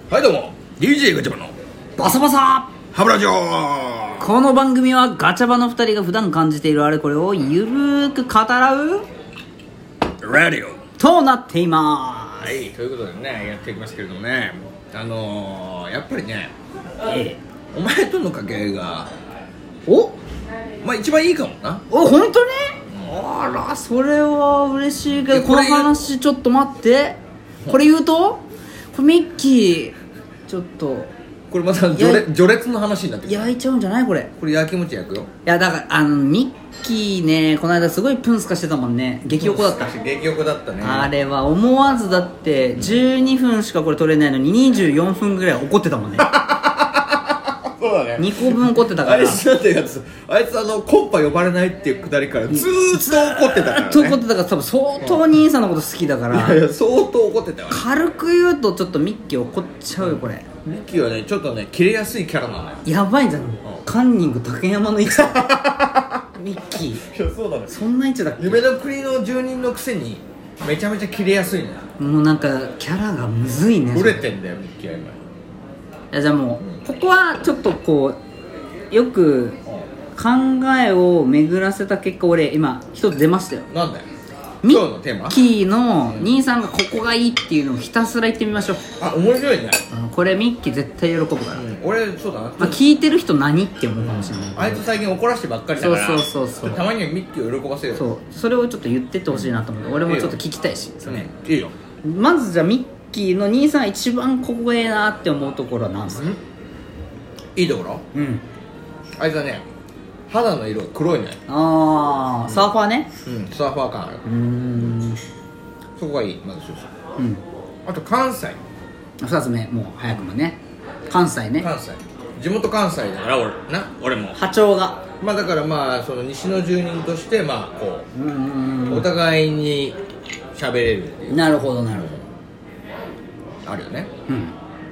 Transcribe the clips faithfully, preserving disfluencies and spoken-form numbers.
はいどうも ディージェー ガチャバのバサバサハブラジオ。 この番組はガチャバのふたりが普段感じているあれこれをゆるーく語らうラディオ。 となっていまはい、ということでねやっていきますけれどもね、あのー、やっぱりね、 ええ、 お前との掛け合いがおまあ一番いいかもな。 お本当に、うん、あらそれは嬉しいけど、この話ちょっと待って、これ言うとこれミッキーちょっとこれまた序列、序列の話になってくる。 焼いちゃうんじゃないこれ。 これ焼きもち焼くよ。 いやだからあのミッキーね、この間すごいプンスカしてたもんね。激横だった。 激横だったね。 あれは思わずだってじゅうにふんしかこれ取れないのににじゅうよんふんぐらい怒ってたもんね。 そうだね、 にこぶん怒ってたから。 あいつだってやつあいつあのコンパ呼ばれないっていうくだりからずーっと怒ってたからね。 ずっと怒ってたから多分相当兄さんのこと好きだから、 いやいや相当怒ってたわ。 軽く言うとちょっとミッキー怒っちゃうよこれ。 ミッキーはねちょっとね切れやすいキャラなのよ。 やばいじゃん、カンニング竹山の位置ミッキー。 いやそうだね、 そんな位置だっけ。 夢の国の住人のくせにめちゃめちゃ切れやすいのよ。 もうなんかキャラがむずいね。 折れてんだよミッキーは今。 いやじゃあもう、うん、ここはちょっとこうよく考えを巡らせた結果、俺今一つ出ましたよ。 なんだよミ今日のテーマ。 ッキーの兄さんがここがいいっていうのをひたすら言ってみましょう。 あ、面白いね、 うん、これミッキー絶対喜ぶから、うん、 俺そうだな、 まあ、聞いてる人何って思うかもしれない、うん、 あいつ最近怒らせてばっかりだから、 そうそうそうそう、 たまにはミッキーを喜ばせよう。 そうそれをちょっと言ってってほしいなと思って、俺もちょっと聞きたいし、 そうね、いいよ。 まずじゃあミッキーの兄さんが一番ここがええなって思うところは何すか。 いいところ、 うん、あいつはね肌の色が黒いね。 ああ、うん、サーファーね。 うんサーファー感ある。 うーんそこがいい。まずそうそう、 うん、 あと関西ふたつめ、もう早くもね関西ね。 関西地元関西だから俺な、俺も波長がまあだからまあその西の住人としてまあこう、 うんうんうん、 お互いに喋れるっていう。 なるほどなるほどあるよね。 うん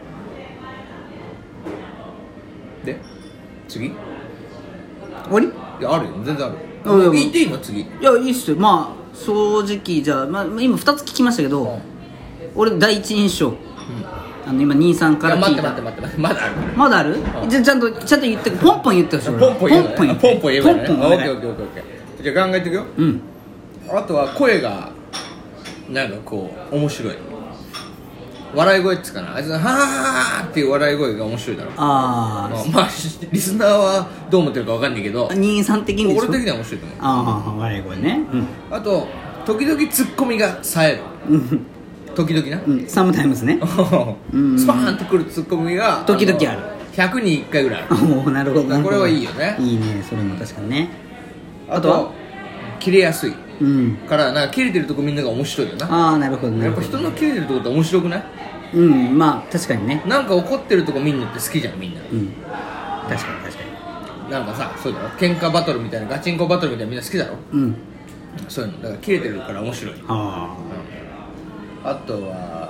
で次終わり。 いやあるよ、全然ある。 うん、 言っていいの次。いやいいっすよ。まあ正直じゃあ、まあ、今ふたつ聞きましたけど、うん、俺第一印象、うん、あの今兄さんから聞いた。 いや待って待って待って、まだあるまだある、うん、じゃあちゃんとちゃんと言ってポンポン言ってほしい。 ポンポン言うのね。ポンポン言えばいいね。 ポンポンオッケーオッケーオッケーオッケー。じゃあ考えていくよ。うん。あとは声がなんかこう面白い。笑い声っつかな、あいつのはーっていう笑い声が面白いだろ。ああ、まあリスナーはどう思ってるか分かんないけど、 兄さん的に俺的には面白いと思う。 ああ、笑い声ね、うん、あと時々ツッコミが冴える時々な、 うん、サムタイムズねスパーンってくるツッコミが時々ある。 ひゃくにいっかいぐらいある。 おお、なるほど。 これはいいよね。 いいね、それも確かにね。 あとは切れやすい、 うん、 からなんか切れてるとこみんなが面白いよな。 ああ、なるほどね。 やっぱ人の切れてるとこって面白くない？ うん、まあ確かにね。 なんか怒ってるとこ見んのって好きじゃんみんな。うん、 確かに確かに。 なんかさ、そうだろ、喧嘩バトルみたいなガチンコバトルみたいなみんな好きだろ。うん、そういうのだから切れてるから面白い。ああ、うん、あとは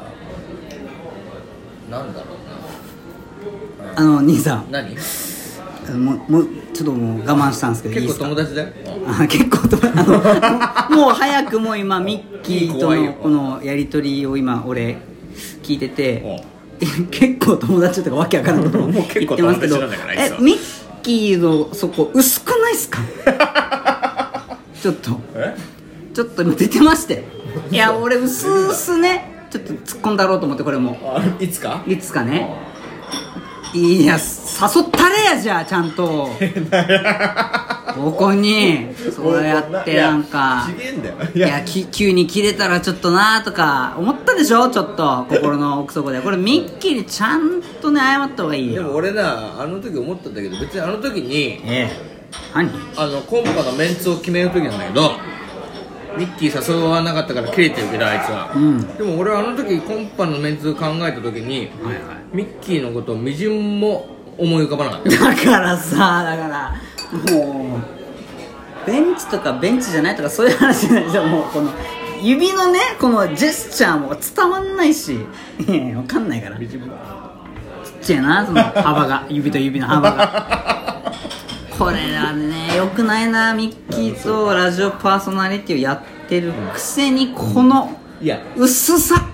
なんだろうな、 あの兄さん、 何もうもうちょっともう我慢したんですけど、 結構友達だよ。 あ、結構友達。あのもう早くも今ミッキーとのこのやり取りを今俺聞いてて、結構友達とかわけわからんことも言ってますけど、えミッキーのそこ薄くないっすか？ちょっとちょっと今出てまして、いや俺薄々ねちょっと突っ込んだろうと思って、これもいつかいつかね。いや、誘ったれや、じゃあちゃんとここにそうやってなんかいや急に切れたらちょっとなとか思ったでしょ。ちょっと心の奥底でこれミッキーにちゃんとね謝った方がいいよ。 でも俺な、あの時思ったんだけど、別にあの時にええ、何あのコンパのメンツを決める時なんだけど、ミッキー誘わなかったから切れてるけどあいつは、うん、でも俺はあの時コンパのメンツを考えた時に、はいはい、ミッキーのことをみじんも思い浮かばなかった。 だからさ、だからもうベンチとかベンチじゃないとかそういう話じゃないですよ。もうこの指のねこのジェスチャーも伝わんないし、いやいや分かんないから、ちっちゃいなその幅が指と指の幅がこれはねよくないな。ミッキーとラジオパーソナリティをやってるくせにこの薄さ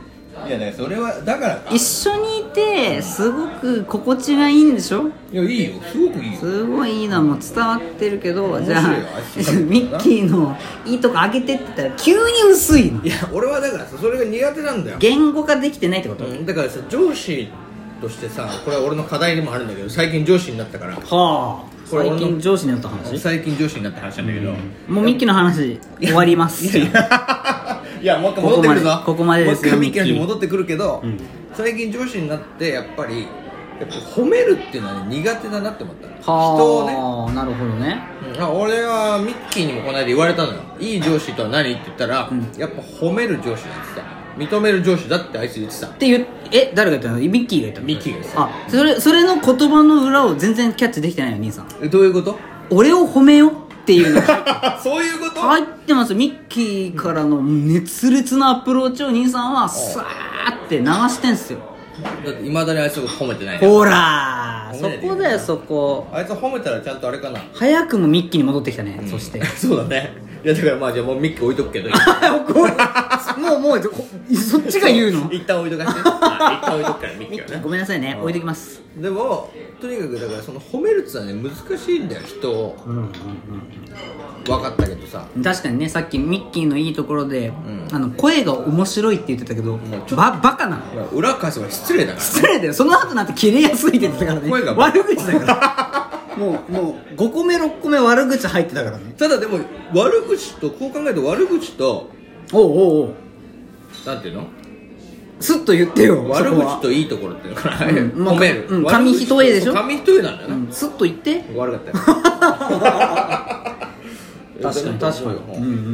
いやねそれはだからか一緒にいてすごく心地がいいんでしょ。 いやいいよすごくいいよすごいいいのはもう伝わってるけど、じゃあ面白いよミッキーのいいとこ上げてって言ったら急に薄いの。 いや俺はだからさそれが苦手なんだよ。 言語化できてないってこと、 うん、だからさ上司としてさこれは俺の課題でもあるんだけど最近上司になったからはあ最近上司になった話最近上司になった話なんだけど、 うん、もうミッキーの話終わりますいやいやもう一回戻ってくるぞここまでですよ。 もう一回ミッキーの話戻ってくるけど、うん、最近上司になってやっぱりやっぱ褒めるっていうのは、ね、苦手だなって思ったの。人をね。 ああなるほどね、 うん、俺はミッキーにもこの間言われたのよ。いい上司とは何って言ったら、うん、やっぱ褒める上司だってさ認める上司だってあいつ言ってたっていうえ誰が言ったの？ミッキーが言ったの？ ミッキーが言ってた。 あそれそれの言葉の裏を全然キャッチできてないよ兄さん。 えどういうこと？ 俺を褒めよっていうのそういうこと入ってます。ミッキーからの熱烈なアプローチを兄さんはさーって流してんすよ。 だっていまだにあいつのこと褒めてないね。 ほらーそこだよそこ。 あいつ褒めたらちゃんとあれかな。 早くもミッキーに戻ってきたね、うん、そしてそうだね。いやだからまあじゃあもうミッキー置いとくけどもうもうそっちが言うの一旦置いとかして一旦置いとくからミッキーはねごめんなさいね、うん、置いときます。 でもとにかくだからその褒めるってのはね難しいんだよ人を、うんうんうん、分かったけどさ確かにねさっきミッキーのいいところで、うん、あの声が面白いって言ってたけどババカなの裏返せば失礼だから、ね、 失礼だよ。その後なんて切れやすいって言ってたからね声が悪口だからもうもうごこめろっこめ悪口入ってたからね。 ただでも悪口とこう考えると悪口とおうおうおうなんていうのスッと言ってよ。 悪口といいところっていうのかな、うん、褒める、 うん、紙一重でしょ。 紙一重なんだよな、うん、 スッと言って悪かったよ確かに確かに、うんうんうん、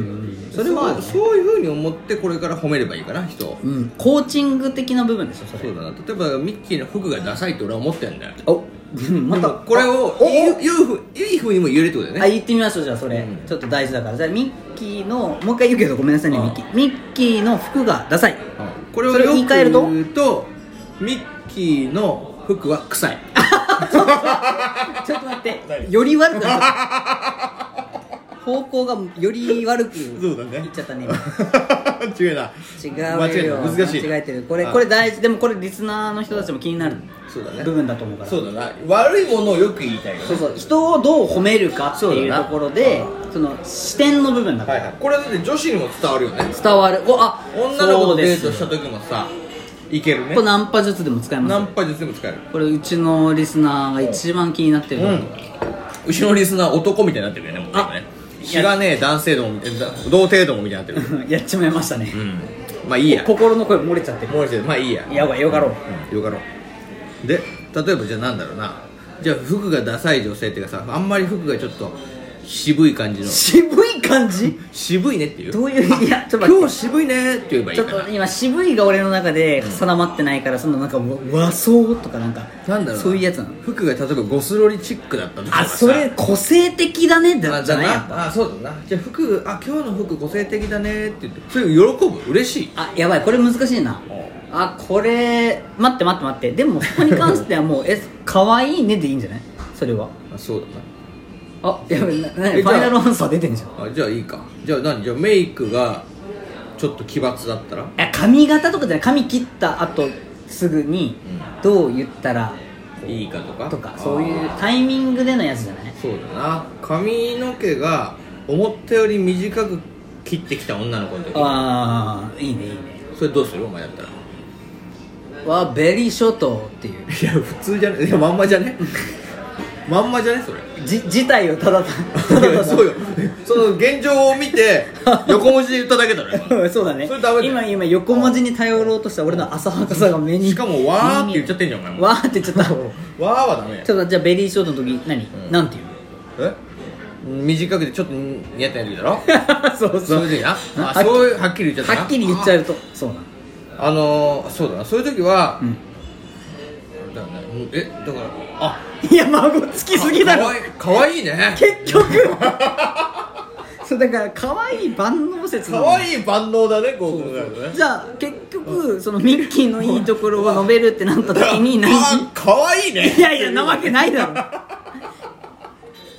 それは、ね、 そういうふうに思ってこれから褒めればいいかな人を、 うん、コーチング的な部分でしょそれ。 そうだな。例えばミッキーの服がダサいって俺は思ってるんだよ。 おまたこれをいいふいいふうにも言えるってことだよね。 あ言ってみましょうじゃあそれ、うん、ちょっと大事だから。じゃあミッキーのもう一回言うけどごめんなさいね。ミッキーミッキーの服がダサい、 これを言い換えるとミッキーの服は臭いちょっと待ってより悪くなっちゃった方向がより悪くいっちゃったね違うな違うよ難しい間違えてる。これこれ大事。でもこれリスナーの人たちも気になる部分だと思うから。 そうだな。悪いものをよく言いたいよね。 そうそう人をどう褒めるかっていうところで そ, その視点の部分だから、 はいはい、これだって女子にも伝わるよね。 伝わる。おあ女の子とデートした時もさいけるね。 これナンパ術でも使えます。 ナンパ術でも使える。 これうちのリスナーが一番気になってる、うん、 うちのリスナー男みたいになってるよね。もうね知らねえ男性どもみたいな童貞どもみたいになってるやっちまいましたね、 うん、まあいいや。 心の声漏れちゃってる。 漏れちゃってまあいいや。 やばいよかろう、 うん、よかろう。で例えばじゃあなんだろうな。じゃあ服がダサい女性っていうかさあんまり服がちょっと渋い感じの渋い感じ渋いねっていうどういういやちょっと今日渋いねって言えばいいかな。 ちょっと今渋いが俺の中で定まってないから、うん、そのなんか和装とかなんかなんだろうそういうやつなの。 服が例えばゴスロリチックだったとかさあそれ個性的だねだったね。 ああそうだな。じゃあ服あ今日の服個性的だねって言ってそれ喜ぶ嬉しい。 あやばいこれ難しいな。あこれ待って待って待ってでもそこに関してはもうえ可愛いねでいいんじゃないそれは。 あそうだな。 あやばいなファイナルアンサー出てんじゃん。 あじゃあいいか。じゃあ何じゃあメイクがちょっと奇抜だったらいや髪型とかじゃない髪切った後すぐにどう言ったら、 うん、いいかとかとかそういうタイミングでのやつじゃない。 そうだな。髪の毛が思ったより短く切ってきた女の子の時ああいいねいいね。 それどうするお前だったら。 はベリーショートっていう。 いや普通じゃねいやまんまじゃねまんまじゃねそれじ事態をただただそうよその現状を見て横文字で言っただけだろ今そうだね。それダメだよ。今今横文字に頼ろうとした俺の浅はかさが目にしかもわーって言っちゃってんじゃんお前もわーって言っちゃったわーはダメ。 ちょっとじゃあベリーショートの時何、うん、なんて言うえ短くてちょっと似合ったやつだろそうそうそういう時なあそういうはっきり言っちゃったな。 はっきり言っちゃうとそうなあのー、そうだな。そういう時は、うん、だからねえだからあいや孫つきすぎだろ。 かわいいね結局そうだからかわいい万能説かわいい万能だねこう考えるとね。じゃあ結局そのミッキーのいいところを述べるってなった時に何あかわいいねいやいやなわけないだろひゃっ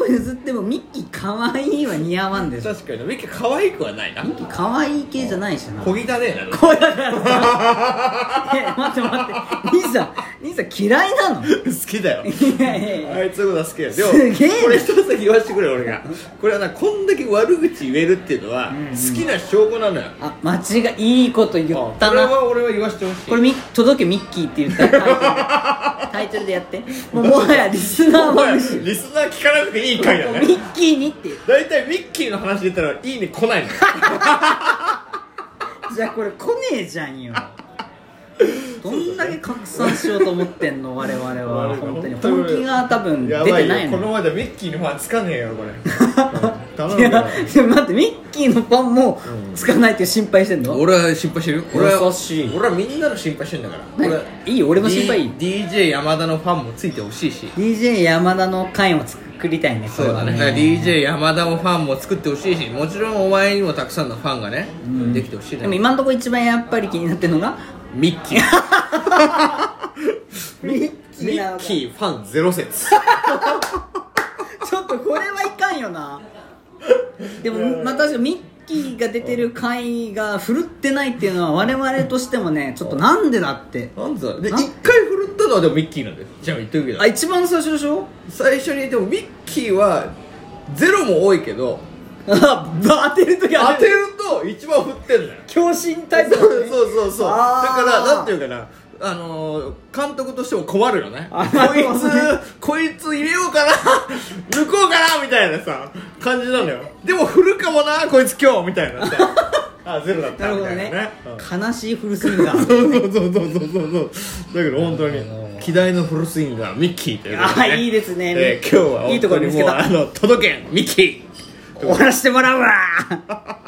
歩譲ってもミッキー可愛いは似合わんでしょ。 確かにミッキー可愛くはないな。 ミッキー可愛い系じゃないしな。 小汚ねえな。 こうだからさえ待って待って兄さん兄さん嫌いなの？ 好きだよ。 いやいやいやあいつのことは好きだよ。でもすげえなこれ一つだけ言わせてくれ俺が。これはな、こんだけ悪口言えるっていうのは好きな証拠なのよ。 あ、間違いいいこと言ったな。 これは俺は言わせてほしい。 これみ届けミッキーって言ったらタイトルでやってもうもはやリスナーもリスナー聞かなくていい回だね。 ミッキーにってだいたいミッキーの話出たらいいね来ないのよ。 じゃあこれ来ねえじゃんよ。どんだけ拡散しようと思ってんの我々は。本当に本気が多分出てないの。 このままでミッキーのファンつかねえよこれ。 いやでも待って、ミッキーのファンもつかないっていう心配してんの？ 俺は心配してるよ。俺は優しい。 俺はみんなの心配してんだから。俺いいよ、俺の心配いい。 ディージェー 山田のファンもついてほしいし。 ディージェー 山田の会も作りたいね。 そうだね。だから ディージェー 山田もファンも作ってほしいし、もちろんお前にもたくさんのファンがね、うん、できてほしいね。 でも今のところ一番やっぱり気になってるのがミッキー。 ミッキーミッキーファンゼロ説。 ちょっとこれはいかんよな。でもまあ確かにミッキーが出てる回が振るってないっていうのは我々としてもね、ちょっとなんでだってなんでだで、一回振るったのはでもミッキーなんだよ。じゃあ言ってるけど、 あ、一番最初でしょ。 最初に。でもミッキーはゼロも多いけどあ、当てるとき当てると一番振ってんだよ。 強心タイプ、ね、 そうそうそうそう。だからなんていうかな、あのー、監督としても困るよね。こいつこいつ入れようかな抜こうかなみたいなさ感じなのよ。でも振るかもなこいつ今日みたいなあ、ゼロだったみたいなね。なるほどね、うん、悲しいフルスインガー。そうそうそうそうそうそうだけど本当に希代のフルスインガーミッキーということで、ね、 あ、いいですね、 えー、今日はいいところにもうあの届けミッキー終わらせてもらうわ